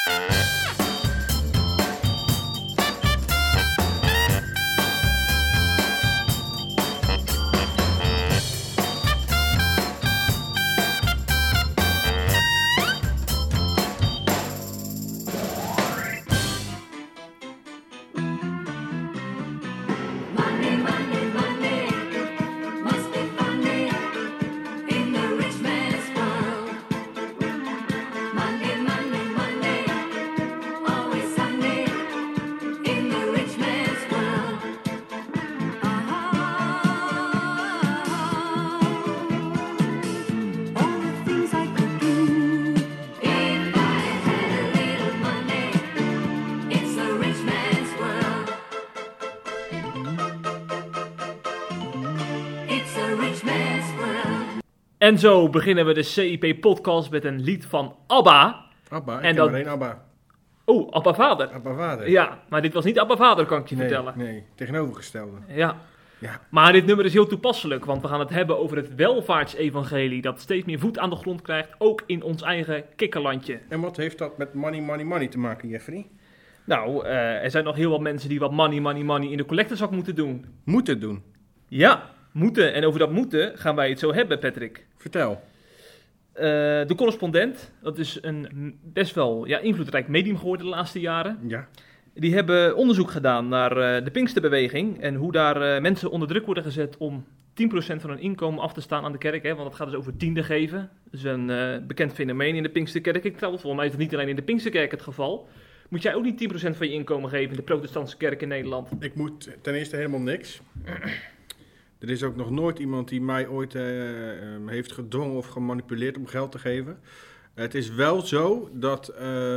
En zo beginnen we de CIP-podcast met een lied van ABBA. ABBA? Ik en ken alleen ABBA. Oh, ABBA Vader. ABBA Vader? Ja, maar dit was niet ABBA Vader, kan ik je vertellen. Nee, tegenovergestelde. Ja. Ja. Maar dit nummer is heel toepasselijk, want we gaan het hebben over het welvaartsevangelie dat steeds meer voet aan de grond krijgt, ook in ons eigen kikkerlandje. En wat heeft dat met money te maken, Jeffrey? Nou, er zijn nog heel wat mensen die wat money in de collectezak moeten doen. Moeten doen? Ja, moeten. En over dat moeten gaan wij het zo hebben, Patrick. Vertel. De Correspondent, dat is een best wel invloedrijk medium geworden de laatste jaren. Ja. Die hebben onderzoek gedaan naar de Pinksterbeweging en hoe daar mensen onder druk worden gezet om 10% van hun inkomen af te staan aan de kerk. Hè, want het gaat dus over tiende geven. Dat is een bekend fenomeen in de Pinksterkerk. Volgens mij is het niet alleen in de Pinksterkerk het geval. Moet jij ook niet 10% van je inkomen geven in de protestantse kerk in Nederland? Ik moet ten eerste helemaal niks. Er is ook nog nooit iemand die mij ooit heeft gedwongen of gemanipuleerd om geld te geven. Het is wel zo dat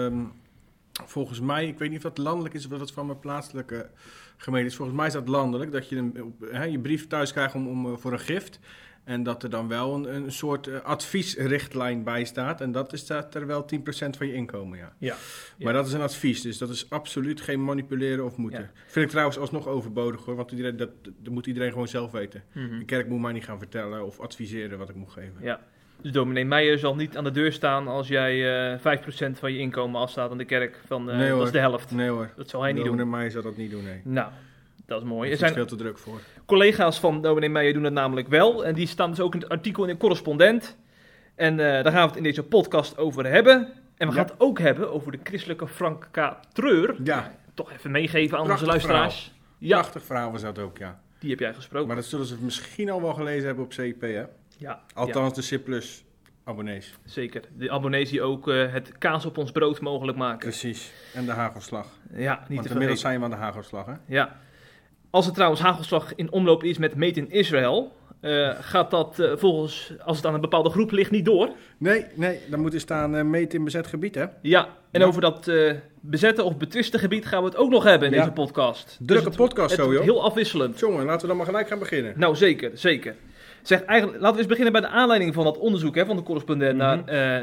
volgens mij, ik weet niet of dat landelijk is of dat het van mijn plaatselijke gemeente is. Volgens mij is dat landelijk, dat je je brief thuis krijgt voor een gift. En dat er dan wel een soort adviesrichtlijn bij staat. En dat staat er wel 10% van je inkomen, ja. Maar dat is een advies, dus dat is absoluut geen manipuleren of moeten. Ja. Vind ik trouwens alsnog overbodig, hoor. Want dat moet iedereen gewoon zelf weten. Mm-hmm. De kerk moet mij niet gaan vertellen of adviseren wat ik moet geven. Ja. Dus dominee Meijer zal niet aan de deur staan als jij 5% van je inkomen afstaat aan de kerk. Nee, dat is de helft. Nee hoor. Dat zal hij niet doen. Dominee Meijer zal dat niet doen, nee. Nou, dat is mooi. Er zijn veel te druk voor. Collega's van dominee Meijer doen het namelijk wel. En die staan dus ook in het artikel in de Correspondent. En daar gaan we het in deze podcast over hebben. En we gaan het ook hebben over de christelijke Frank K. Treur. Ja. Toch even meegeven aan Prachtig onze luisteraars. Verhaal. Ja. Prachtig verhaal was dat ook, ja. Die heb jij gesproken. Maar dat zullen ze misschien al wel gelezen hebben op CIP, hè? Ja. Althans, de C+ abonnees. Zeker. De abonnees die ook het kaas op ons brood mogelijk maken. Precies. En de hagelslag. Ja, niet want inmiddels zijn we aan de hagelslag, hè? Ja. Als er trouwens hagelslag in omloop is met Made in Israël, gaat dat volgens, als het aan een bepaalde groep ligt, niet door. Nee, dan moet er staan Made in bezet gebied, hè? Ja, en over dat bezette of betwiste gebied gaan we het ook nog hebben in deze podcast. Drukke podcast zo, joh. Heel afwisselend. Jongen, laten we dan maar gelijk gaan beginnen. Nou, zeker. Zeg, eigenlijk, laten we eens beginnen bij de aanleiding van dat onderzoek van de Correspondent naar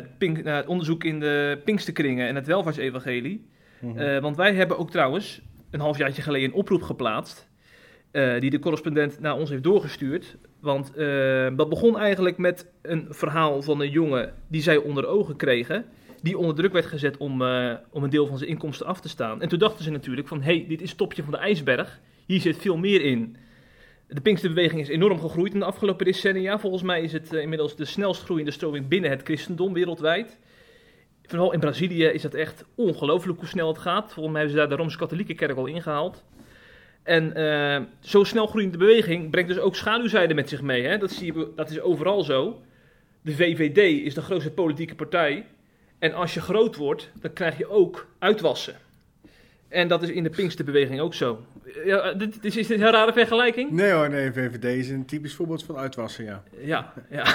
het onderzoek in de Pinksterkringen en het welvaartsevangelie. Mm-hmm. Want wij hebben ook trouwens een halfjaartje geleden een oproep geplaatst, die de Correspondent naar ons heeft doorgestuurd. Want dat begon eigenlijk met een verhaal van een jongen die zij onder ogen kregen, die onder druk werd gezet om een deel van zijn inkomsten af te staan. En toen dachten ze natuurlijk van, dit is het topje van de ijsberg, hier zit veel meer in. De Pinksterbeweging is enorm gegroeid in de afgelopen decennia. Volgens mij is het inmiddels de snelst groeiende stroming binnen het christendom wereldwijd. Vooral in Brazilië is dat echt ongelooflijk hoe snel het gaat. Volgens mij hebben ze daar de Rooms-Katholieke kerk al ingehaald. En zo'n snel groeiende beweging brengt dus ook schaduwzijden met zich mee. Hè? Dat is overal zo. De VVD is de grootste politieke partij. En als je groot wordt, dan krijg je ook uitwassen. En dat is in de Pinksterbeweging ook zo. Ja, is dit een rare vergelijking? Nee hoor, VVD is een typisch voorbeeld van uitwassen, ja. Ja.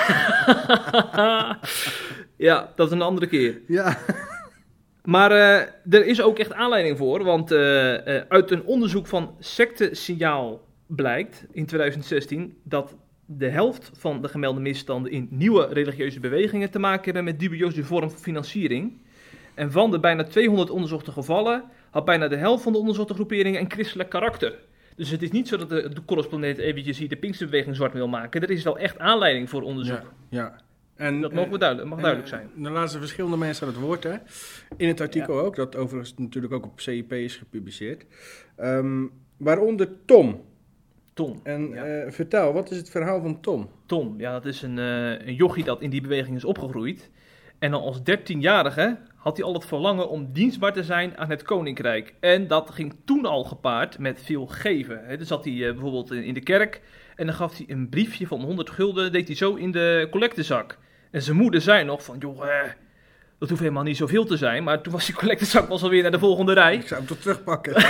Ja, dat is een andere keer. Ja. Maar er is ook echt aanleiding voor, want uit een onderzoek van Sectesignaal blijkt in 2016 dat de helft van de gemelde misstanden in nieuwe religieuze bewegingen te maken hebben met dubieuze vorm van financiering. En van de bijna 200 onderzochte gevallen had bijna de helft van de onderzochte groeperingen een christelijk karakter. Dus het is niet zo dat de Correspondent eventjes hier de Pinksterbeweging zwart wil maken. Er is wel echt aanleiding voor onderzoek. Ja. En, dat mag duidelijk zijn. Dan laten ze verschillende mensen aan het woord, hè. In het artikel ook, dat overigens natuurlijk ook op CIP is gepubliceerd. Waaronder Tom. En vertel, wat is het verhaal van Tom? Tom, ja, dat is een jochie dat in die beweging is opgegroeid. En dan als 13-jarige had hij al het verlangen om dienstbaar te zijn aan het koninkrijk. En dat ging toen al gepaard met veel geven. Dan zat hij bijvoorbeeld in de kerk en dan gaf hij een briefje van 100 gulden, deed hij zo in de collectezak. En zijn moeder zei nog van, joh, dat hoeft helemaal niet zoveel te zijn. Maar toen was die collectezak alweer naar de volgende rij. Ik zou hem toch terugpakken.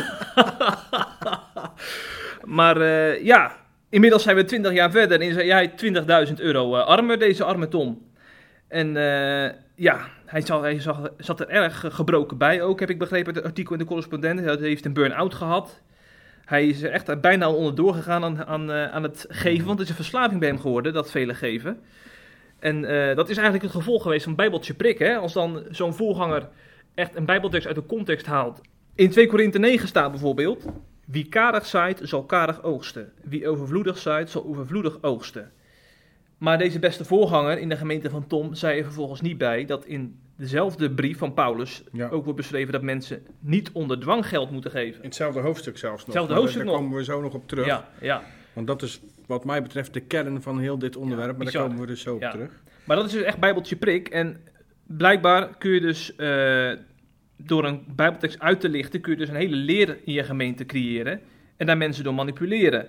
Maar ja, inmiddels zijn we 20 jaar verder en is hij 20.000 euro armer, deze arme Tom. En ja, hij zat er erg gebroken bij ook, heb ik begrepen uit het artikel in de Correspondent. Hij heeft een burn-out gehad. Hij is er echt bijna onderdoor gegaan aan het geven, want het is een verslaving bij hem geworden, dat vele geven. En dat is eigenlijk het gevolg geweest van Bijbeltje prik, hè? Als dan zo'n voorganger echt een Bijbeltekst uit de context haalt. In 2 Korinthe 9 staat bijvoorbeeld: wie karig zaait, zal karig oogsten. Wie overvloedig zaait, zal overvloedig oogsten. Maar deze beste voorganger in de gemeente van Tom zei er vervolgens niet bij dat in dezelfde brief van Paulus ook wordt beschreven dat mensen niet onder dwang geld moeten geven. In hetzelfde hoofdstuk zelfs nog. Daar komen we zo nog op terug. Ja. Want dat is wat mij betreft de kern van heel dit onderwerp, maar daar komen we dus zo op terug. Maar dat is dus echt Bijbeltje prik. En blijkbaar kun je dus door een Bijbeltekst uit te lichten, kun je dus een hele leer in je gemeente creëren en daar mensen door manipuleren.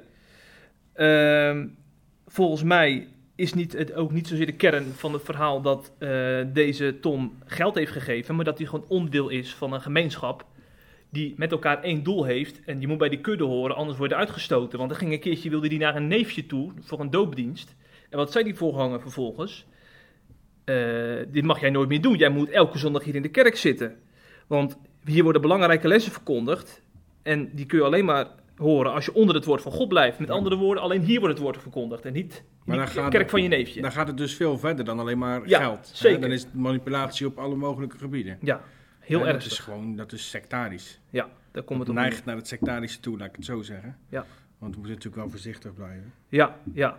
Volgens mij is het ook niet zozeer de kern van het verhaal dat deze Tom geld heeft gegeven, maar dat hij gewoon onderdeel is van een gemeenschap die met elkaar één doel heeft en die moet bij die kudde horen, anders wordt hij uitgestoten. Want er ging een keertje, wilde hij naar een neefje toe voor een doopdienst. En wat zei die voorganger vervolgens? Dit mag jij nooit meer doen, jij moet elke zondag hier in de kerk zitten. Want hier worden belangrijke lessen verkondigd en die kun je alleen maar horen als je onder het woord van God blijft. Met andere woorden, alleen hier wordt het woord verkondigd en niet in de kerk van je neefje. Dan gaat het dus veel verder dan alleen maar geld. Zeker. Dan is het manipulatie op alle mogelijke gebieden. Ja, heel erg. Dat is sectarisch. Ja, daar komt het op. Neigt naar het sectarische toe, laat ik het zo zeggen. Ja. Want we moeten natuurlijk wel voorzichtig blijven. Ja.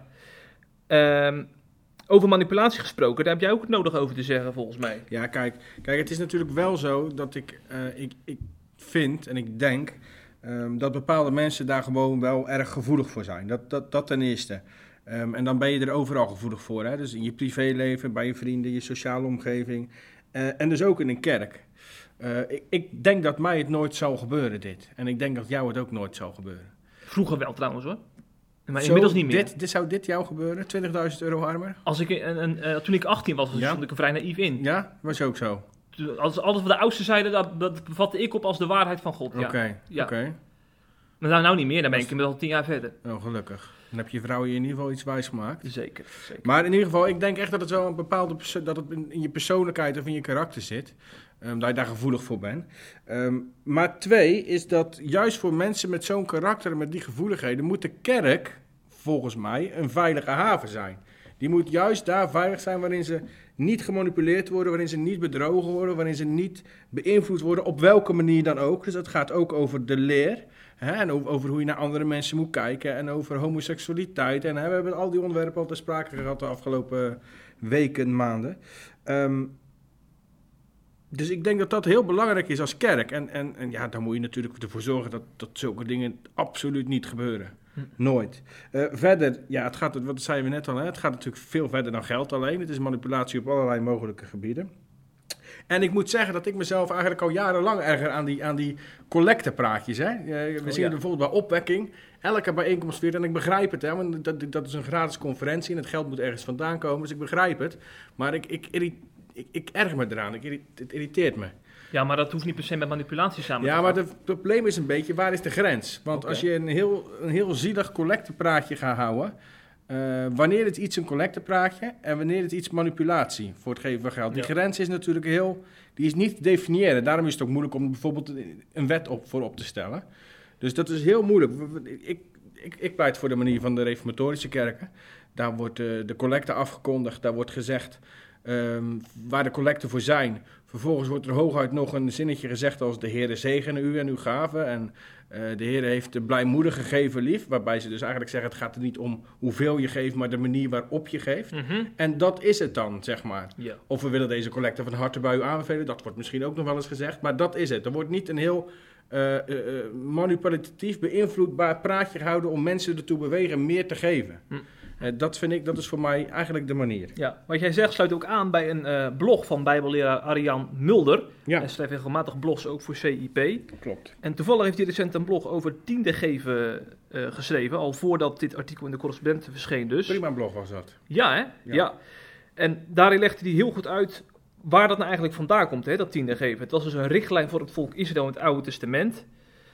Over manipulatie gesproken, daar heb jij ook het nodig over te zeggen, volgens mij. Ja, kijk, het is natuurlijk wel zo dat ik vind en ik denk dat bepaalde mensen daar gewoon wel erg gevoelig voor zijn. Dat ten eerste. En dan ben je er overal gevoelig voor. Hè? Dus in je privéleven, bij je vrienden, je sociale omgeving. En dus ook in een kerk. Ik denk dat mij het nooit zal gebeuren, dit. En ik denk dat jou het ook nooit zal gebeuren. Vroeger wel trouwens hoor. Maar inmiddels niet meer. Zou dit jou gebeuren? 20.000 euro armer? Toen ik 18 was, stond ik er vrij naïef in. Ja, was ook zo. Alles wat de oudsten zeiden, dat bevatte ik op als de waarheid van God. Oké. Maar nou niet meer, dan ben ik inmiddels al 10 jaar verder. Oh, gelukkig. Dan heb je vrouw je in ieder geval iets wijs gemaakt. Zeker. Maar in ieder geval, ik denk echt dat het wel een bepaalde dat het in je persoonlijkheid of in je karakter zit. Dat je daar gevoelig voor bent. Maar 2 is dat juist voor mensen met zo'n karakter en met die gevoeligheden moet de kerk, volgens mij, een veilige haven zijn. Die moet juist daar veilig zijn waarin ze niet gemanipuleerd worden, waarin ze niet bedrogen worden, waarin ze niet beïnvloed worden, op welke manier dan ook. Dus dat gaat ook over de leer. En over hoe je naar andere mensen moet kijken en over homoseksualiteit. En we hebben al die onderwerpen al ter sprake gehad de afgelopen weken, maanden. Dus ik denk dat dat heel belangrijk is als kerk. En ja, daar moet je natuurlijk ervoor zorgen dat zulke dingen absoluut niet gebeuren. Nooit. Verder, ja, wat zeiden we net al, het gaat natuurlijk veel verder dan geld alleen. Het is manipulatie op allerlei mogelijke gebieden. En ik moet zeggen dat ik mezelf eigenlijk al jarenlang erger aan die collectepraatjes. We zien bijvoorbeeld bij opwekking, elke bijeenkomst weer, en ik begrijp het, hè, want dat is een gratis conferentie en het geld moet ergens vandaan komen, dus ik begrijp het. Maar ik erger me eraan, het irriteert me. Ja, maar dat hoeft niet per se met manipulatie samen te gaan. Ja, maar het probleem is een beetje, waar is de grens? Want als je een heel zielig collectepraatje gaat houden, wanneer is iets een collectepraatje en wanneer is iets manipulatie voor het geven van geld? Die grens is natuurlijk die is niet te definiëren. Daarom is het ook moeilijk om bijvoorbeeld een wet op te stellen. Dus dat is heel moeilijk. Ik pleit voor de manier van de reformatorische kerken. Daar wordt de collecte afgekondigd, daar wordt gezegd, waar de collecten voor zijn. Vervolgens wordt er hooguit nog een zinnetje gezegd als de Heere zegene u en uw gaven. En de Heere heeft de blijmoedig gegeven lief. Waarbij ze dus eigenlijk zeggen, het gaat er niet om hoeveel je geeft, maar de manier waarop je geeft. Mhm. En dat is het dan, zeg maar. Ja. Of we willen deze collecte van harte bij u aanbevelen. Dat wordt misschien ook nog wel eens gezegd. Maar dat is het. Er wordt niet een heel manipulatief beïnvloedbaar praatje gehouden om mensen ertoe bewegen meer te geven. Dat is voor mij eigenlijk de manier. Ja, wat jij zegt sluit ook aan bij een blog van bijbelleraar Arjan Mulder. Ja. Hij schrijft regelmatig blogs ook voor CIP. Klopt. En toevallig heeft hij recent een blog over tiende geven geschreven, al voordat dit artikel in de Correspondent verscheen dus. Prima blog was dat. Ja, hè? Ja. En daarin legde hij heel goed uit waar dat nou eigenlijk vandaan komt, hè, dat tiende geven. Het was dus een richtlijn voor het volk Israël in het Oude Testament.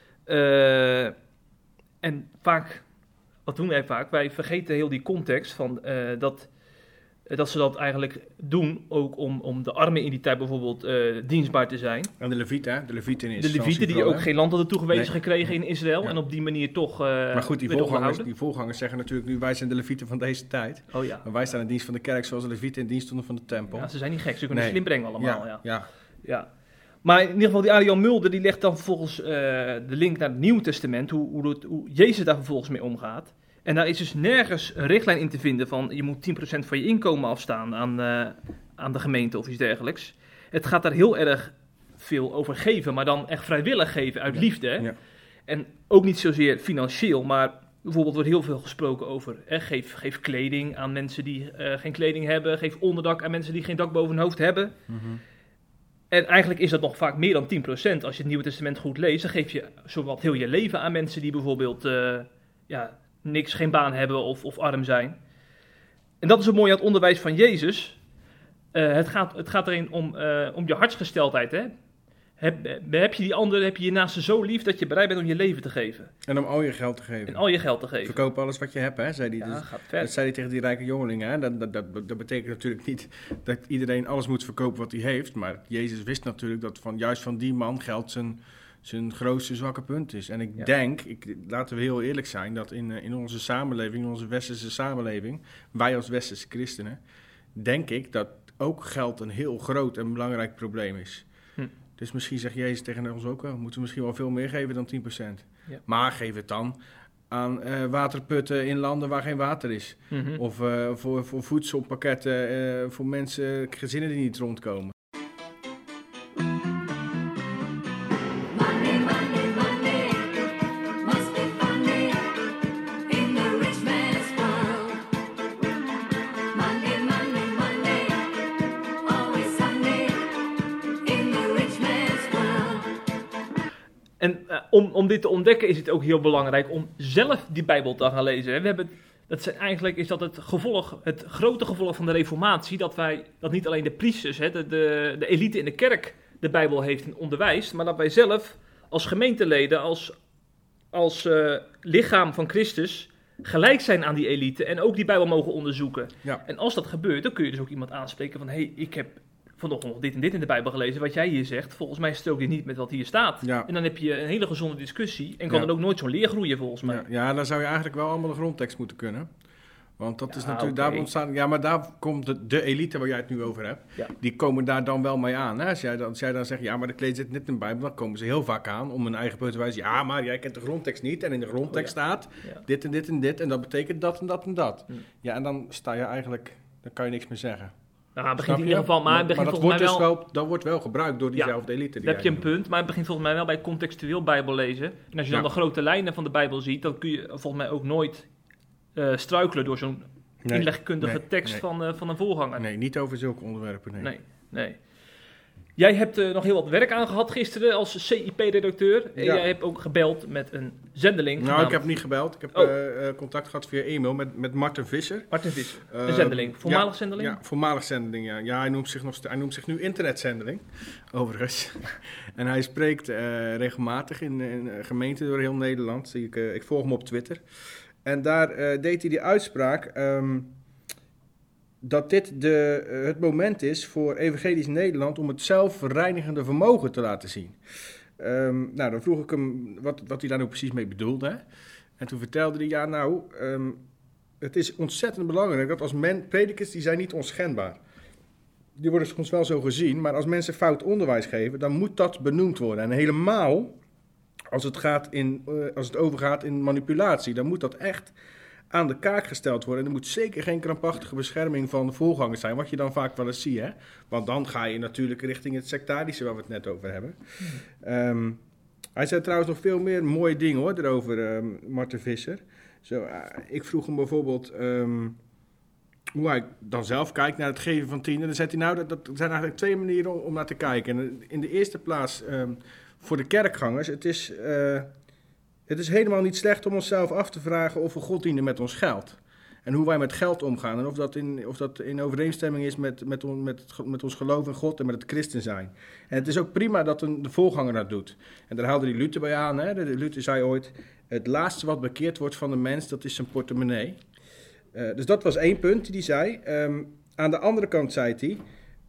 En vaak, wat doen wij vaak? Wij vergeten heel die context van dat ze dat eigenlijk doen, ook om de armen in die tijd bijvoorbeeld dienstbaar te zijn. En de Levieten, hè? De Levieten in De Levieten die ook geen land hadden toegewezen gekregen in Israël. Ja. En op die manier toch maar goed, werden die voorgangers zeggen natuurlijk nu, wij zijn de Levieten van deze tijd. Oh ja. Maar wij staan in dienst van de kerk zoals de Levieten in dienst stonden van de tempel. Ja, ze zijn niet gek, ze kunnen slim brengen allemaal. Ja. Maar in ieder geval, die Arjan Mulder die legt dan vervolgens de link naar het Nieuwe Testament, hoe Jezus daar vervolgens mee omgaat. En daar is dus nergens een richtlijn in te vinden van je moet 10% van je inkomen afstaan aan de gemeente of iets dergelijks. Het gaat daar heel erg veel over geven, maar dan echt vrijwillig geven uit liefde. Ja. En ook niet zozeer financieel, maar bijvoorbeeld wordt heel veel gesproken over geef kleding aan mensen die geen kleding hebben, geef onderdak aan mensen die geen dak boven hun hoofd hebben. Mm-hmm. En eigenlijk is dat nog vaak meer dan 10%. Als je het Nieuwe Testament goed leest, dan geef je zowat heel je leven aan mensen die bijvoorbeeld geen baan hebben of arm zijn. En dat is zo mooi aan het onderwijs van Jezus. Het gaat erin om je hartsgesteldheid. Hè? Heb je die ander, heb je je naaste zo lief dat je bereid bent om je leven te geven. En om al je geld te geven. En al je geld te geven. Verkoop alles wat je hebt, hè, zei hij. Ja, gaat ver. Dat zei hij tegen die rijke jongelingen. Hè. Dat betekent natuurlijk niet dat iedereen alles moet verkopen wat hij heeft. Maar Jezus wist natuurlijk dat juist van die man geld zijn grootste zwakke punt is. En ik denk, laten we heel eerlijk zijn, dat in onze samenleving, in onze westerse samenleving, wij als westerse christenen, denk ik dat ook geld een heel groot en belangrijk probleem is. Dus misschien zegt Jezus tegen ons ook wel, moeten we misschien wel veel meer geven dan 10%. Ja. Maar geef het dan aan waterputten in landen waar geen water is. Mm-hmm. Of voor voedselpakketten voor mensen, gezinnen die niet rondkomen. En om dit te ontdekken is het ook heel belangrijk om zelf die Bijbel te gaan lezen. Eigenlijk is dat het grote gevolg van de Reformatie, dat niet alleen de priesters, de elite in de kerk de Bijbel heeft en onderwijst, maar dat wij zelf als gemeenteleden, als lichaam van Christus, gelijk zijn aan die elite en ook die Bijbel mogen onderzoeken. Ja. En als dat gebeurt, dan kun je dus ook iemand aanspreken van, ik heb vanochtend nog dit en dit in de Bijbel gelezen, wat jij hier zegt. Volgens mij strookt dit niet met wat hier staat. Ja. En dan heb je een hele gezonde discussie en kan er ook nooit zo'n leer groeien volgens mij. Ja, dan zou je eigenlijk wel allemaal de grondtekst moeten kunnen. Want dat is natuurlijk, daar ontstaan. Ja, maar daar komt de elite waar jij het nu over hebt, die komen daar dan wel mee aan. Hè? Als jij dan zegt, ja, maar de kleed zit net in de Bijbel, dan komen ze heel vaak aan om hun eigen punt te wijzen. Ja, maar jij kent de grondtekst niet en in de grondtekst staat dit en dit en dit en dat betekent dat en dat en dat. Ja, en dan sta je eigenlijk, dan kan je niks meer zeggen. Nou, het begint in ieder geval, maar dat wordt wel gebruikt door diezelfde elite. Daar heb je een punt, maar het begint volgens mij wel bij contextueel Bijbel lezen. En als je dan de grote lijnen van de Bijbel ziet, dan kun je volgens mij ook nooit struikelen door zo'n inlegkundige tekst van een voorganger. Nee, niet over zulke onderwerpen, Nee. Jij hebt nog heel wat werk aangehad gisteren als CIP-redacteur. En jij hebt ook gebeld met een zendeling. Nou, ik heb niet gebeld. Ik heb contact gehad via e-mail met Martin Visser. Martin Visser, een zendeling. Voormalig zendeling? Ja, voormalig zendeling, ja. Ja, hij noemt zich nu internetzendeling, overigens. En hij spreekt regelmatig in gemeenten door heel Nederland. Ik volg hem op Twitter. En daar deed hij die uitspraak dat dit het moment is voor Evangelisch Nederland om het zelfvereinigende vermogen te laten zien. Nou, dan vroeg ik hem wat hij daar nou precies mee bedoelde. Hè? En toen vertelde hij, het is ontzettend belangrijk dat als predikers, die zijn niet onschendbaar. die worden soms wel zo gezien, maar als mensen fout onderwijs geven, dan moet dat benoemd worden. En helemaal als het overgaat in manipulatie, dan moet dat echt aan de kaak gesteld worden. En er moet zeker geen krampachtige bescherming van de voorgangers zijn, wat je dan vaak wel eens ziet. Hè? Want dan ga je natuurlijk richting het sectarische, waar we het net over hebben. Hij zei trouwens nog veel meer mooie dingen hoor, erover, Marten Visser. Ik vroeg hem bijvoorbeeld hoe hij dan zelf kijkt naar het geven van tienden. Dan zegt hij nou, dat zijn eigenlijk 2 manieren om naar te kijken. En in de eerste plaats voor de kerkgangers, het is helemaal niet slecht om onszelf af te vragen of we God dienen met ons geld. En hoe wij met geld omgaan. En of dat in overeenstemming is met ons geloof in God en met het christen zijn. En het is ook prima dat de voorganger dat doet. En daar haalde die Luther bij aan. Hè? Luther zei ooit, het laatste wat bekeerd wordt van de mens, dat is zijn portemonnee. Dus dat was 1 punt die hij zei. Aan de andere kant zei hij,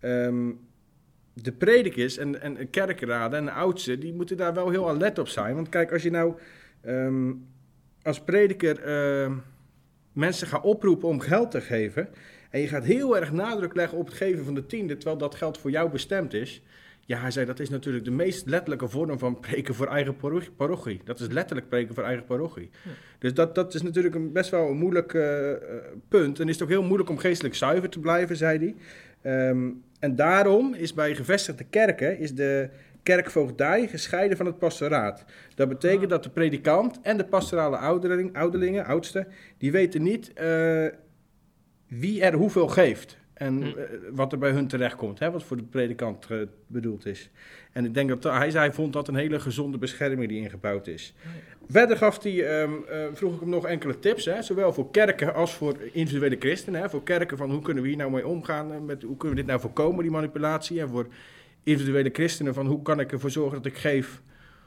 de predikers en kerkenraden en de oudsten, die moeten daar wel heel alert op zijn. Want kijk, als je nou als prediker mensen gaat oproepen om geld te geven, en je gaat heel erg nadruk leggen op het geven van de tiende, terwijl dat geld voor jou bestemd is. Ja, hij zei, dat is natuurlijk de meest letterlijke vorm van preken voor eigen parochie. Dat is letterlijk preken voor eigen parochie. Ja. Dus dat is natuurlijk best wel een moeilijk punt. En is het ook heel moeilijk om geestelijk zuiver te blijven, zei hij. En daarom is bij gevestigde kerken is de kerkvoogdij gescheiden van het pastoraat. Dat betekent dat de predikant en de pastorale ouderlingen, oudsten, die weten niet wie er hoeveel geeft. En wat er bij hun terechtkomt, wat voor de predikant bedoeld is. En ik denk dat hij vond dat een hele gezonde bescherming die ingebouwd is. Verder vroeg ik hem nog enkele tips, zowel voor kerken als voor individuele christenen. Voor kerken van hoe kunnen we hier nou mee omgaan, hoe kunnen we dit nou voorkomen, die manipulatie. En voor individuele christenen van hoe kan ik ervoor zorgen dat ik geef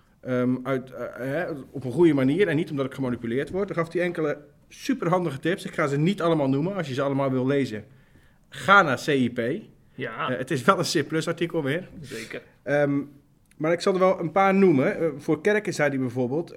op een goede manier en niet omdat ik gemanipuleerd word. Dan gaf hij enkele superhandige tips. Ik ga ze niet allemaal noemen, als je ze allemaal wil lezen. Ga naar CIP. Ja. Het is wel een C+ artikel weer. Zeker. Maar ik zal er wel een paar noemen. Voor kerken zei hij bijvoorbeeld,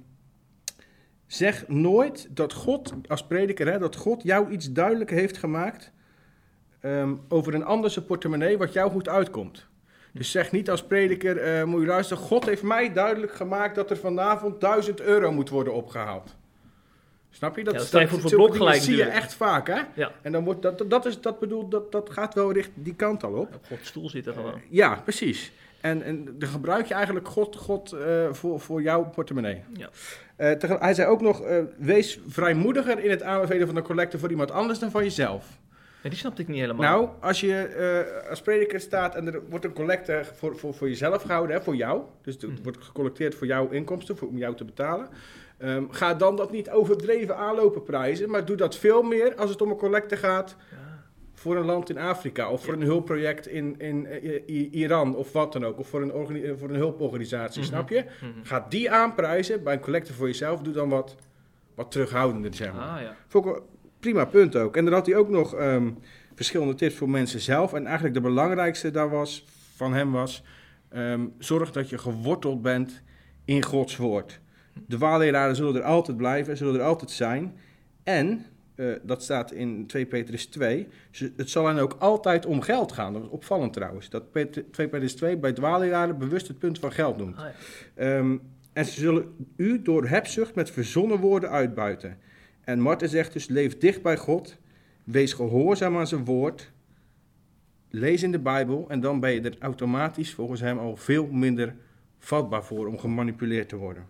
zeg nooit dat God, als prediker, dat God jou iets duidelijker heeft gemaakt over een ander zijn portemonnee wat jou goed uitkomt. Dus zeg niet als prediker, moet je luisteren, God heeft mij duidelijk gemaakt dat er vanavond €1000 moet worden opgehaald. Snap je? Dat zie je echt vaak, hè? Ja. En dan wordt dat gaat wel richting die kant al op. Op Gods stoel zitten gewoon. Ja, precies. En dan gebruik je eigenlijk God voor jouw portemonnee. Ja. Hij zei ook nog, wees vrijmoediger in het aanbevelen van een collecte voor iemand anders dan van jezelf. Ja, die snapte ik niet helemaal. Nou, als je als prediker staat en er wordt een collecte voor jezelf gehouden, voor jou. Dus het wordt gecollecteerd voor jouw inkomsten, om jou te betalen. Ga dan dat niet overdreven aanlopen prijzen, maar doe dat veel meer als het om een collecte gaat voor een land in Afrika of voor een hulpproject in Iran of wat dan ook, of voor een hulporganisatie, snap je? Ga die aanprijzen bij een collecte voor jezelf, doe dan wat terughoudender, zeg maar. Ja. Vond ik een prima punt ook. En dan had hij ook nog verschillende tips voor mensen zelf en eigenlijk de belangrijkste van hem was, zorg dat je geworteld bent in Gods woord. De waarleraren zullen er altijd blijven, zullen er altijd zijn. En, dat staat in 2 Petrus 2, het zal hen ook altijd om geld gaan. Dat is opvallend trouwens, dat 2 Petrus 2 bij dwaalleraren bewust het punt van geld noemt. En ze zullen u door hebzucht met verzonnen woorden uitbuiten. En Marten zegt dus, leef dicht bij God, wees gehoorzaam aan zijn woord, lees in de Bijbel en dan ben je er automatisch volgens hem al veel minder vatbaar voor om gemanipuleerd te worden.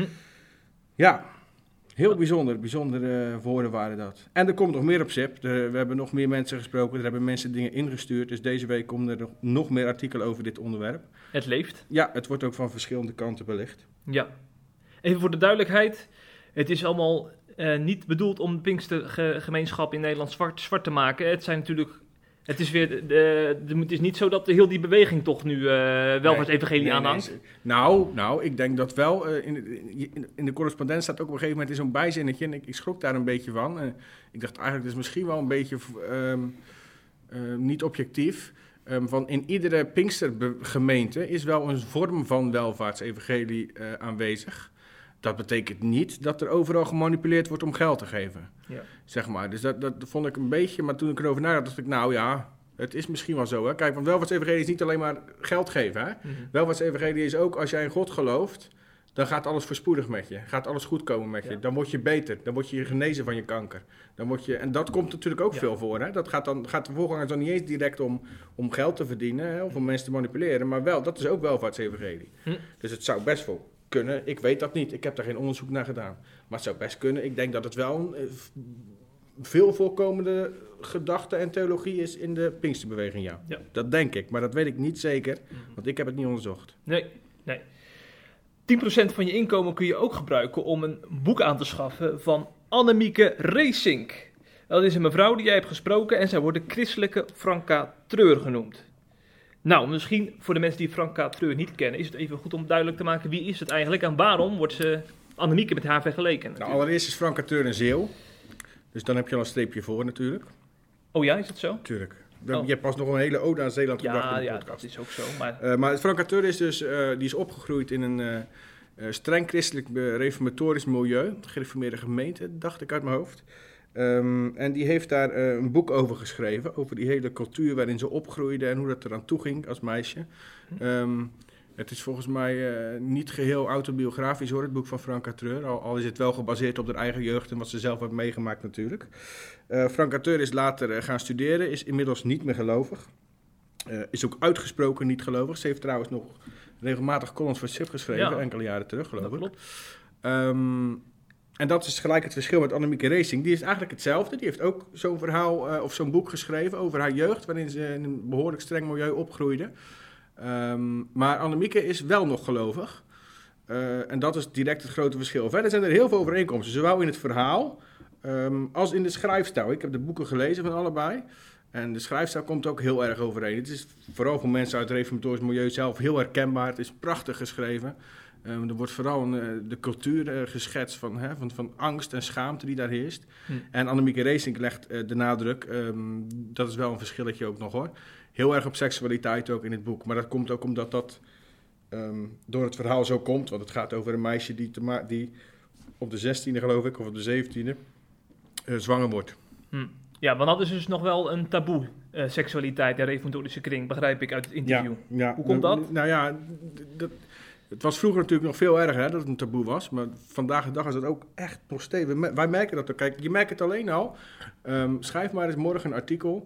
Ja, heel bijzondere woorden waren dat. En er komt nog meer op SIP. We hebben nog meer mensen gesproken. Er hebben mensen dingen ingestuurd. Dus deze week komen er nog meer artikelen over dit onderwerp. Het leeft. Ja, het wordt ook van verschillende kanten belicht. Ja. Even voor de duidelijkheid. Het is allemaal niet bedoeld om de Pinkstergemeenschap in Nederland zwart te maken. Het zijn natuurlijk... Het is weer, het is niet zo dat heel die beweging toch nu welvaartsevangelie aanhangt. Nou, ik denk dat wel. In de correspondent staat ook op een gegeven moment in zo'n bijzinnetje. En ik schrok daar een beetje van. Ik dacht eigenlijk, dat is misschien wel een beetje niet objectief. Van in iedere Pinkstergemeente is wel een vorm van welvaartsevangelie aanwezig. Dat betekent niet dat er overal gemanipuleerd wordt om geld te geven. Ja. Zeg maar. Dus dat vond ik een beetje... Maar toen ik erover nadacht, dacht ik, nou ja... Het is misschien wel zo, hè. Kijk, want welvaartsevangelie is niet alleen maar geld geven, hè. Welvaartsevangelie is ook, als jij in God gelooft, dan gaat alles voorspoedig met je. Gaat alles goed komen met je. Dan word je beter. Dan word je genezen van je kanker. En dat komt natuurlijk ook veel voor, hè. Dat gaat de voorganger dan niet eens direct om geld te verdienen, hè, of om mensen te manipuleren, maar wel, dat is ook welvaartsevangelie. Dus het zou best wel kunnen. Ik weet dat niet. Ik heb daar geen onderzoek naar gedaan. Maar het zou best kunnen. Ik denk dat het wel een veel voorkomende gedachte en theologie is in de Pinksterbeweging, ja. Dat denk ik, maar dat weet ik niet zeker, want ik heb het niet onderzocht. Nee. 10% van je inkomen kun je ook gebruiken om een boek aan te schaffen van Annemieke Reesink. Dat is een mevrouw die jij hebt gesproken en zij wordt de christelijke Franka Treur genoemd. Nou, misschien voor de mensen die Franka Treur niet kennen, is het even goed om duidelijk te maken wie is het eigenlijk en waarom wordt ze Annemieke met haar vergeleken. Nou, allereerst is Franka Treur een Zeeuw, dus dan heb je al een streepje voor natuurlijk. Oh ja, is dat zo? Tuurlijk. Je hebt pas nog een hele ode aan Zeeland gebracht in de podcast. Ja, dat is ook zo. Maar Franka Treur is dus, die is opgegroeid in een streng christelijk reformatorisch milieu, een gereformeerde gemeente, dacht ik uit mijn hoofd. En die heeft daar een boek over geschreven, over die hele cultuur waarin ze opgroeide en hoe dat eraan toe ging als meisje. Het is volgens mij niet geheel autobiografisch hoor, het boek van Franka Treur, al is het wel gebaseerd op haar eigen jeugd en wat ze zelf heeft meegemaakt natuurlijk. Franka Treur is later gaan studeren, is inmiddels niet meer gelovig. Is ook uitgesproken niet gelovig. Ze heeft trouwens nog regelmatig columns voor SIP geschreven, enkele jaren terug geloof ik. Klopt. En dat is gelijk het verschil met Annemieke Reesink. Die is eigenlijk hetzelfde. Die heeft ook zo'n verhaal of zo'n boek geschreven over haar jeugd, waarin ze in een behoorlijk streng milieu opgroeide. Maar Annemieke is wel nog gelovig. En dat is direct het grote verschil. Verder zijn er heel veel overeenkomsten, zowel in het verhaal als in de schrijfstijl. Ik heb de boeken gelezen van allebei. En de schrijfstijl komt ook heel erg overeen. Het is vooral voor mensen uit het reformatorisch milieu zelf heel herkenbaar. Het is prachtig geschreven. Er wordt vooral de cultuur geschetst van angst en schaamte die daar heerst. En Annemieke Reesink legt de nadruk, dat is wel een verschilletje ook nog hoor, heel erg op seksualiteit ook in het boek. Maar dat komt ook omdat dat door het verhaal zo komt. Want het gaat over een meisje die op de 16e geloof ik, of op de 17e, zwanger wordt. Ja, want dat is dus nog wel een taboe, seksualiteit en reformatorische kring, begrijp ik uit het interview. Ja. Hoe komt dat? Nou ja, het was vroeger natuurlijk nog veel erger hè, dat het een taboe was. Maar vandaag de dag is het ook echt nog steeds. Wij merken dat ook. Kijk, je merkt het alleen al. Schrijf maar eens morgen een artikel.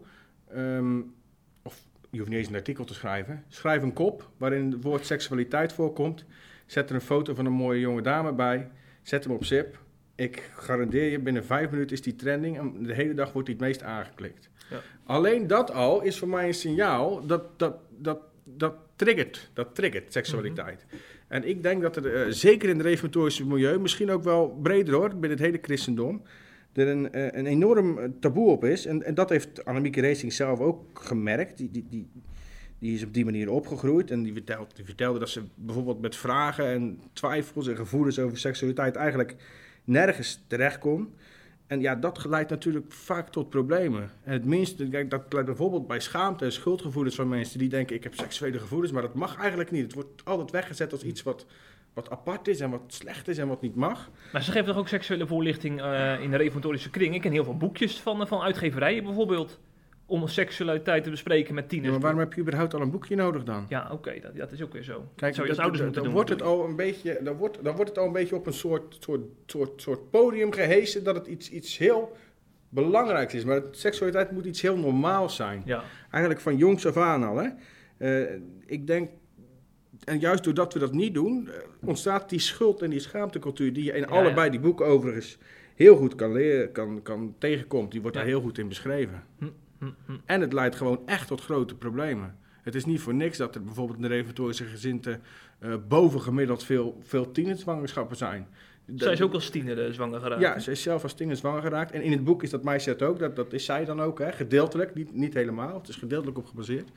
Of je hoeft niet eens een artikel te schrijven. Schrijf een kop waarin het woord seksualiteit voorkomt. Zet er een foto van een mooie jonge dame bij. Zet hem op SIP. Ik garandeer je, binnen 5 minuten is die trending en de hele dag wordt die het meest aangeklikt. Ja. Alleen dat al is voor mij een signaal dat triggert seksualiteit. En ik denk dat er zeker in het reformatorische milieu, misschien ook wel breder hoor, binnen het hele christendom, er een enorm taboe op is. En dat heeft Annemieke Reesink zelf ook gemerkt. Die is op die manier opgegroeid en die vertelde dat ze bijvoorbeeld met vragen en twijfels en gevoelens over seksualiteit eigenlijk nergens terecht kon. En ja, dat leidt natuurlijk vaak tot problemen. En het minste, dat leidt bijvoorbeeld bij schaamte en schuldgevoelens van mensen die denken, ik heb seksuele gevoelens, maar dat mag eigenlijk niet. Het wordt altijd weggezet als iets wat apart is en wat slecht is en wat niet mag. Maar ze geeft toch ook seksuele voorlichting in de reformatorische kring? Ik ken heel veel boekjes van uitgeverijen bijvoorbeeld, om seksualiteit te bespreken met tieners. Ja, maar waarom heb je überhaupt al een boekje nodig dan? Ja, oké, dat is ook weer zo. Kijk, dan wordt het al een beetje op een soort podium gehesen dat het iets heel belangrijks is. Maar seksualiteit moet iets heel normaals zijn. Ja. Eigenlijk van jongs af aan al. Hè? Ik denk, en juist doordat we dat niet doen, ontstaat die schuld en die schaamtecultuur die je in allebei die boeken overigens heel goed kan leren, kan tegenkomt. Die wordt daar heel goed in beschreven. En het leidt gewoon echt tot grote problemen. Het is niet voor niks dat er bijvoorbeeld in de reformatorische gezinten bovengemiddeld veel tienerzwangerschappen zijn. Zij is ook als tiener zwanger geraakt. Ja, zij is zelf als tiener zwanger geraakt. En in het boek is dat meisje dat ook. Dat is zij dan ook, hè? Gedeeltelijk, niet helemaal. Het is gedeeltelijk op gebaseerd.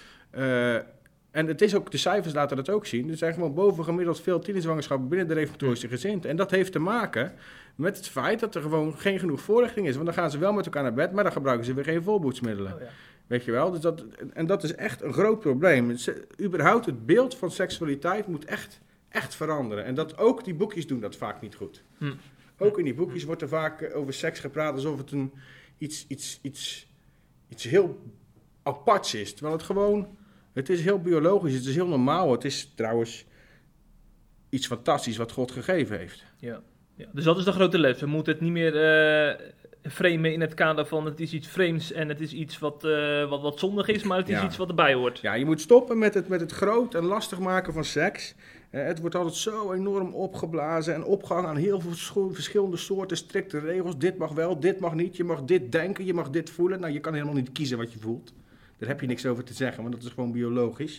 En het is ook, de cijfers laten dat ook zien. Er zijn gewoon bovengemiddeld veel tienerzwangerschappen binnen de reformatorische gezinten. En dat heeft te maken met het feit dat er gewoon geen genoeg voorlichting is. Want dan gaan ze wel met elkaar naar bed, maar dan gebruiken ze weer geen voorboedsmiddelen. Oh ja. Weet je wel? Dus dat is echt een groot probleem. Überhaupt het beeld van seksualiteit moet echt veranderen. En dat ook die boekjes doen dat vaak niet goed. Ook in die boekjes wordt er vaak over seks gepraat alsof het iets heel aparts is. Terwijl het is heel biologisch, het is heel normaal. Het is trouwens iets fantastisch wat God gegeven heeft. Ja. Dus dat is de grote les. We moeten het niet meer framen in het kader van het is iets vreemds en het is iets wat zondig is, maar het is iets wat erbij hoort. Ja, je moet stoppen met het groot en lastig maken van seks. Het wordt altijd zo enorm opgeblazen en opgehangen aan heel veel verschillende soorten strikte regels. Dit mag wel, dit mag niet. Je mag dit denken, je mag dit voelen. Nou, je kan helemaal niet kiezen wat je voelt. Daar heb je niks over te zeggen, want dat is gewoon biologisch.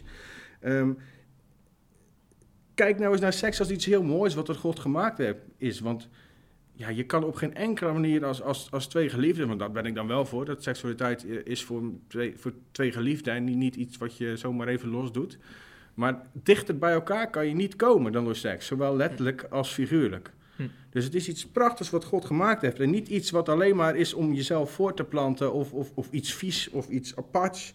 Kijk nou eens naar seks als iets heel moois wat door God gemaakt is. Want ja, je kan op geen enkele manier als twee geliefden, want daar ben ik dan wel voor, dat seksualiteit is voor twee geliefden en niet iets wat je zomaar even los doet. Maar dichter bij elkaar kan je niet komen dan door seks, zowel letterlijk als figuurlijk. Dus het is iets prachtigs wat God gemaakt heeft en niet iets wat alleen maar is om jezelf voor te planten of iets vies of iets aparts.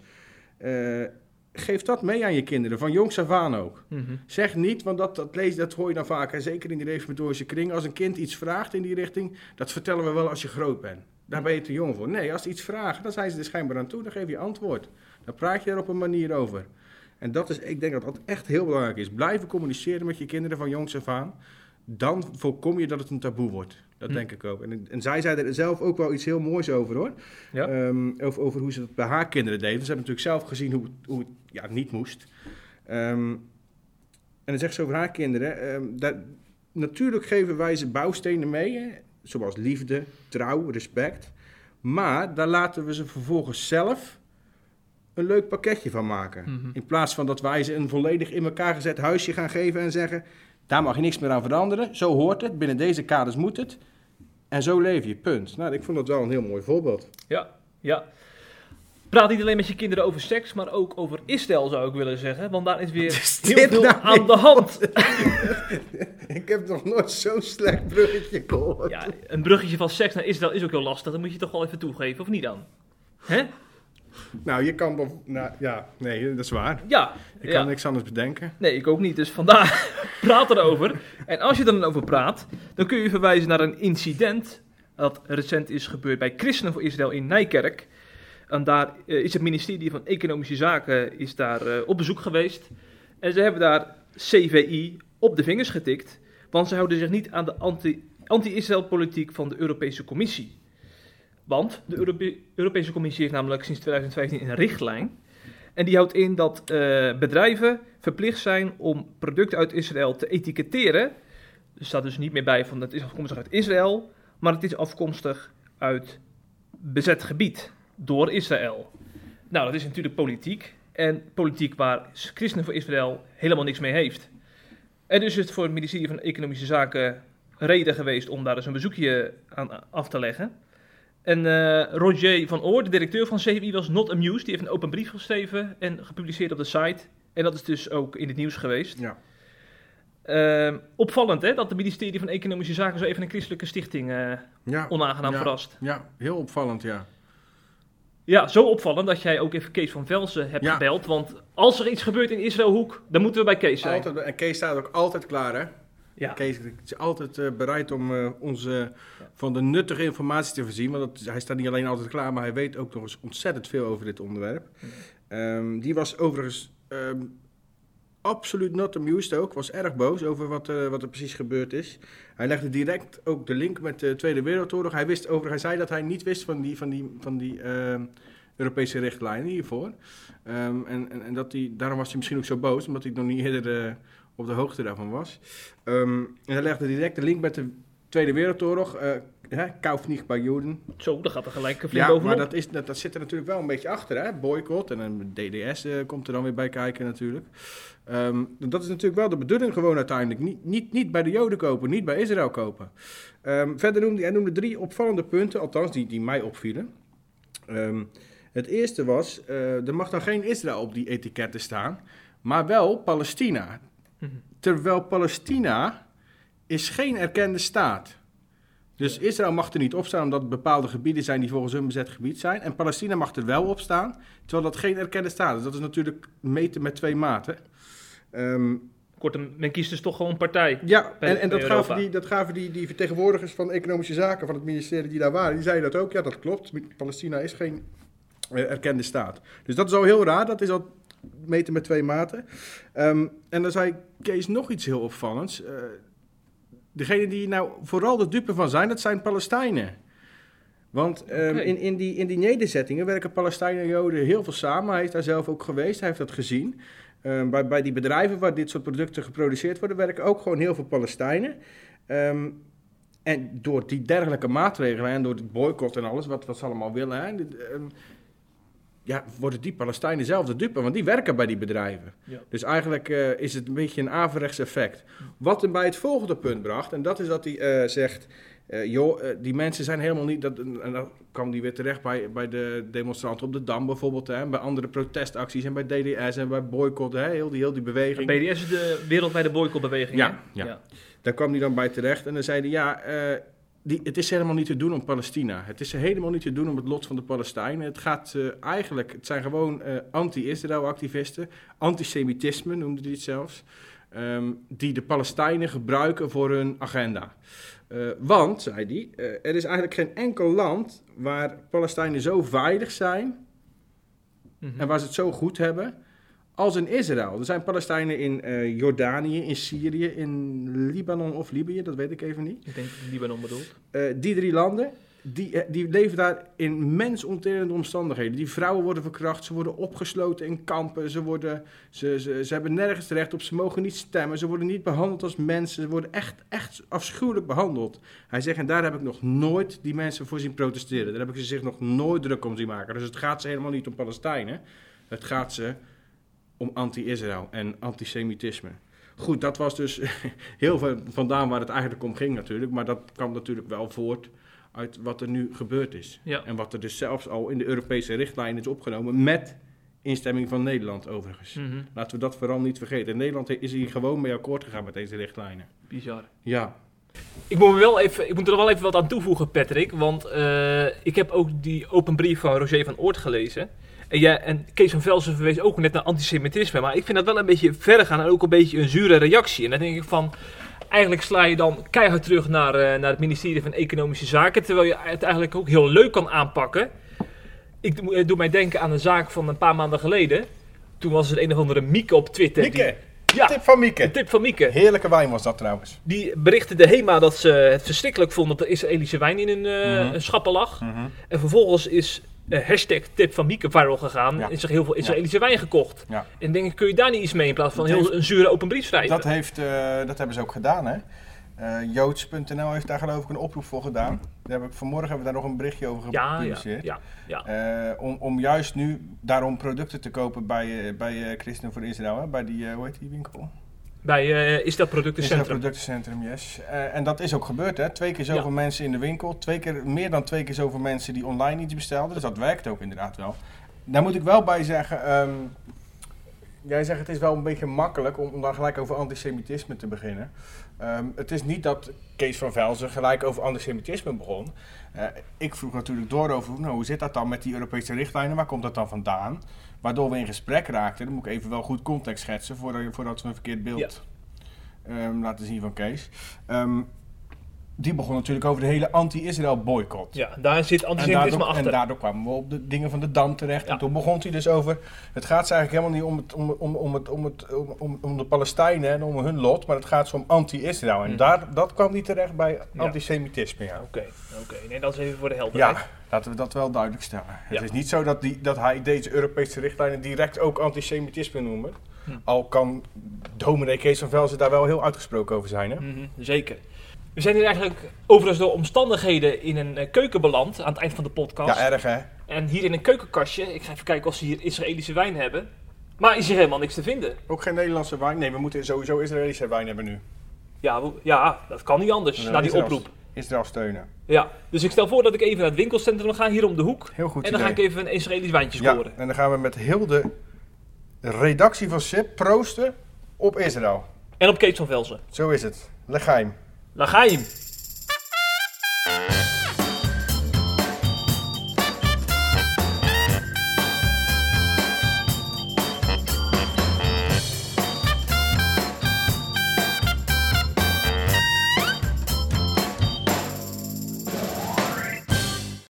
Geef dat mee aan je kinderen, van jongs af aan ook. Mm-hmm. Zeg niet, want dat hoor je dan vaak, en zeker in die reformatorische kring. Als een kind iets vraagt in die richting, dat vertellen we wel als je groot bent. Daar ben je te jong voor. Nee, als ze iets vragen, dan zijn ze er schijnbaar aan toe, dan geef je antwoord. Dan praat je er op een manier over. En ik denk dat dat echt heel belangrijk is. Blijven communiceren met je kinderen van jongs af aan. Dan voorkom je dat het een taboe wordt. Dat denk ik ook. En zij zei er zelf ook wel iets heel moois over, hoor. Ja. Over hoe ze dat bij haar kinderen deden. Ze hebben natuurlijk zelf gezien hoe het niet moest. En dan zegt ze over haar kinderen. Natuurlijk geven wij ze bouwstenen mee. Zoals liefde, trouw, respect. Maar daar laten we ze vervolgens zelf een leuk pakketje van maken. Mm-hmm. In plaats van dat wij ze een volledig in elkaar gezet huisje gaan geven en zeggen, daar mag je niks meer aan veranderen. Zo hoort het. Binnen deze kaders moet het. En zo leef je. Punt. Nou, ik vond dat wel een heel mooi voorbeeld. Ja. Praat niet alleen met je kinderen over seks, maar ook over Israël, zou ik willen zeggen. Want daar is weer heel veel aan de hand. Ik heb nog nooit zo'n slecht bruggetje gehoord. Ja, een bruggetje van seks naar Israël is ook heel lastig. Dat moet je toch wel even toegeven, of niet dan? Hè? Nou, je kan wel... nee, dat is waar. Ja. Ik kan niks anders bedenken. Nee, ik ook niet. Dus vandaar praat erover. En als je er dan over praat, dan kun je verwijzen naar een incident dat recent is gebeurd bij Christenen voor Israël in Nijkerk. En daar is het ministerie van Economische Zaken op bezoek geweest. En ze hebben daar CVI op de vingers getikt, want ze houden zich niet aan de anti-Israël politiek van de Europese Commissie. Want de Europese Commissie heeft namelijk sinds 2015 een richtlijn. En die houdt in dat bedrijven verplicht zijn om producten uit Israël te etiketteren. Er staat dus niet meer bij van het is afkomstig uit Israël, maar het is afkomstig uit bezet gebied door Israël. Nou, dat is natuurlijk politiek. En politiek waar Christenen voor Israël helemaal niks mee heeft. En dus is het voor het ministerie van Economische Zaken reden geweest om daar dus een bezoekje aan af te leggen. En Roger van Oor, de directeur van CVI, was not amused. Die heeft een open brief geschreven en gepubliceerd op de site. En dat is dus ook in het nieuws geweest. Ja. Opvallend, hè, dat het ministerie van Economische Zaken zo even een christelijke stichting onaangenaam verrast. Ja, heel opvallend, ja. Ja, zo opvallend dat jij ook even Kees van Velzen hebt gebeld. Want als er iets gebeurt in Israëlhoek, dan moeten we bij Kees zijn. Altijd, en Kees staat ook altijd klaar, hè? Ja. Kees is altijd bereid om ons van de nuttige informatie te voorzien. Want hij staat niet alleen altijd klaar, maar hij weet ook nog eens ontzettend veel over dit onderwerp. Die was overigens absoluut not amused ook. Was erg boos over wat er precies gebeurd is. Hij legde direct ook de link met de Tweede Wereldoorlog. Hij zei dat hij niet wist van die Europese richtlijnen hiervoor. En daarom was hij misschien ook zo boos, omdat hij nog niet eerder op de hoogte daarvan was. En hij legde direct de link met de Tweede Wereldoorlog. Kauf niet bij Joden. Zo, daar gaat er gelijk flink bovenop. Maar dat zit er natuurlijk wel een beetje achter, hè? Boycott en een DDS komt er dan weer bij kijken natuurlijk. Dat is natuurlijk wel de bedoeling gewoon uiteindelijk. Niet bij de Joden kopen, niet bij Israël kopen. Verder noemde 3 opvallende punten, althans die mij opvielen. Het eerste was, er mag dan geen Israël op die etiketten staan, maar wel Palestina. Terwijl Palestina is geen erkende staat. Dus Israël mag er niet op staan omdat het bepaalde gebieden zijn die volgens hun bezet gebied zijn. En Palestina mag er wel op staan, terwijl dat geen erkende staat is. Dat is natuurlijk meten met 2 maten. Kortom, men kiest dus toch gewoon partij. Ja, en dat gaven die vertegenwoordigers van Economische Zaken van het ministerie die daar waren. Die zeiden dat ook. Ja, dat klopt. Palestina is geen erkende staat. Dus dat is al heel raar. Dat is al meten met 2 maten. En dan zei Kees nog iets heel opvallends. Degene die nou vooral de dupe van zijn, dat zijn Palestijnen. Want in die nederzettingen werken Palestijnen en Joden heel veel samen. Hij is daar zelf ook geweest, hij heeft dat gezien. Bij die bedrijven waar dit soort producten geproduceerd worden, werken ook gewoon heel veel Palestijnen. En door die dergelijke maatregelen en door het boycott en alles, wat ze allemaal willen, hè, worden die Palestijnen zelf de dupe, want die werken bij die bedrijven. Ja. Dus eigenlijk is het een beetje een averechts effect. Wat hem bij het volgende punt bracht, en dat is dat hij zegt, die mensen zijn helemaal niet, en dan kwam hij weer terecht bij de demonstranten op de Dam bijvoorbeeld, hè, bij andere protestacties en bij DDS en bij boycott, hè, heel die beweging. BDS is de wereldwijde boycottbeweging. Ja. Daar kwam hij dan bij terecht en dan zei hij, het is helemaal niet te doen om Palestina. Het is helemaal niet te doen om het lot van de Palestijnen. Het zijn gewoon anti-Israël activisten, antisemitisme noemde hij het zelfs, die de Palestijnen gebruiken voor hun agenda. Want, zei hij, er is eigenlijk geen enkel land waar Palestijnen zo veilig zijn en waar ze het zo goed hebben als in Israël. Er zijn Palestijnen in Jordanië, in Syrië, in Libanon of Libië, dat weet ik even niet. Ik denk Libanon bedoeld. Die 3 landen, die leven daar in mensonterende omstandigheden. Die vrouwen worden verkracht, ze worden opgesloten in kampen, ze hebben nergens recht op, ze mogen niet stemmen, ze worden niet behandeld als mensen, ze worden echt afschuwelijk behandeld. Hij zegt, en daar heb ik nog nooit die mensen voor zien protesteren. Daar heb ik ze zich nog nooit druk om zien maken. Dus het gaat ze helemaal niet om Palestijnen, het gaat ze om anti-Israël en antisemitisme. Goed, dat was dus heel veel vandaan waar het eigenlijk om ging natuurlijk, maar dat kwam natuurlijk wel voort uit wat er nu gebeurd is. Ja. En wat er dus zelfs al in de Europese richtlijn is opgenomen met instemming van Nederland overigens. Mm-hmm. Laten we dat vooral niet vergeten. Nederland is hier gewoon mee akkoord gegaan met deze richtlijnen. Bizar. Ja. Ik moet er wel even wat aan toevoegen, Patrick, want ik heb ook die open brief van Roger van Oort gelezen. En Kees van Velzen verwees ook net naar antisemitisme, maar ik vind dat wel een beetje verder gaan en ook een beetje een zure reactie. En dan denk ik van, eigenlijk sla je dan keihard terug naar het ministerie van Economische Zaken, terwijl je het eigenlijk ook heel leuk kan aanpakken. Ik doe mij denken aan een zaak van een paar maanden geleden. Toen was er een of andere Mieke op Twitter. Mieke! Tip van Mieke. Een tip van Mieke. Heerlijke wijn was dat trouwens. Die berichtte de HEMA dat ze het verschrikkelijk vonden dat er Israëlische wijn in hun schappen lag. Mm-hmm. En vervolgens is hashtag tip van Mieke viral gegaan. Ja. Is er heel veel Israëlische wijn gekocht. Ja. En denk ik, kun je daar niet iets mee in plaats van een zure open brief schrijven? Dat hebben ze ook gedaan, hè. Joods.nl heeft daar geloof ik een oproep voor gedaan. Vanmorgen hebben we daar nog een berichtje over gepubliceerd. Om juist nu daarom producten te kopen bij Christenen voor Israël. Hè? Bij die, hoe heet die winkel? Bij Is dat Productencentrum? Is dat Productencentrum, yes. En dat is ook gebeurd, hè. 2 keer zoveel mensen in de winkel. Meer dan 2 keer zoveel mensen die online iets bestelden. Dus dat werkt ook inderdaad wel. Daar moet ik wel bij zeggen... jij zegt het is wel een beetje makkelijk om dan gelijk over antisemitisme te beginnen. Het is niet dat Kees van Velzen gelijk over antisemitisme begon. Ik vroeg natuurlijk door over hoe zit dat dan met die Europese richtlijnen, waar komt dat dan vandaan? Waardoor we in gesprek raakten, dan moet ik even wel goed context schetsen voordat we een verkeerd beeld laten zien van Kees. Die begon natuurlijk over de hele anti-Israël boycott. Ja, daar zit antisemitisme achter. En daardoor kwamen we op de dingen van de Dam terecht. Ja. En toen begon hij dus over... Het gaat ze eigenlijk helemaal niet om de Palestijnen en om hun lot, maar het gaat zo om anti-Israël. En dat kwam niet terecht bij antisemitisme. Ja. Oké. Nee, dat is even voor de helderheid. Ja, laten we dat wel duidelijk stellen. Ja. Het is niet zo dat hij deze Europese richtlijnen direct ook antisemitisme noemt. Al kan dominee Kees van Velzen daar wel heel uitgesproken over zijn. Hè? Mm-hmm, zeker. We zijn hier eigenlijk overigens door omstandigheden in een keuken beland aan het eind van de podcast. Ja, erg hè? En hier in een keukenkastje, ik ga even kijken of ze hier Israëlische wijn hebben. Maar is hier helemaal niks te vinden. Ook geen Nederlandse wijn? Nee, we moeten sowieso Israëlische wijn hebben nu. Ja, dat kan niet anders, na die oproep. Israël steunen. Ja, dus ik stel voor dat ik even naar het winkelcentrum ga, hier om de hoek. Heel goed En dan ga ik even een Israëlisch wijntje scoren. Ja, en dan gaan we met heel de redactie van SIP proosten op Israël. En op Kees van Velzen. Zo is het. L'chaim. L'chaim.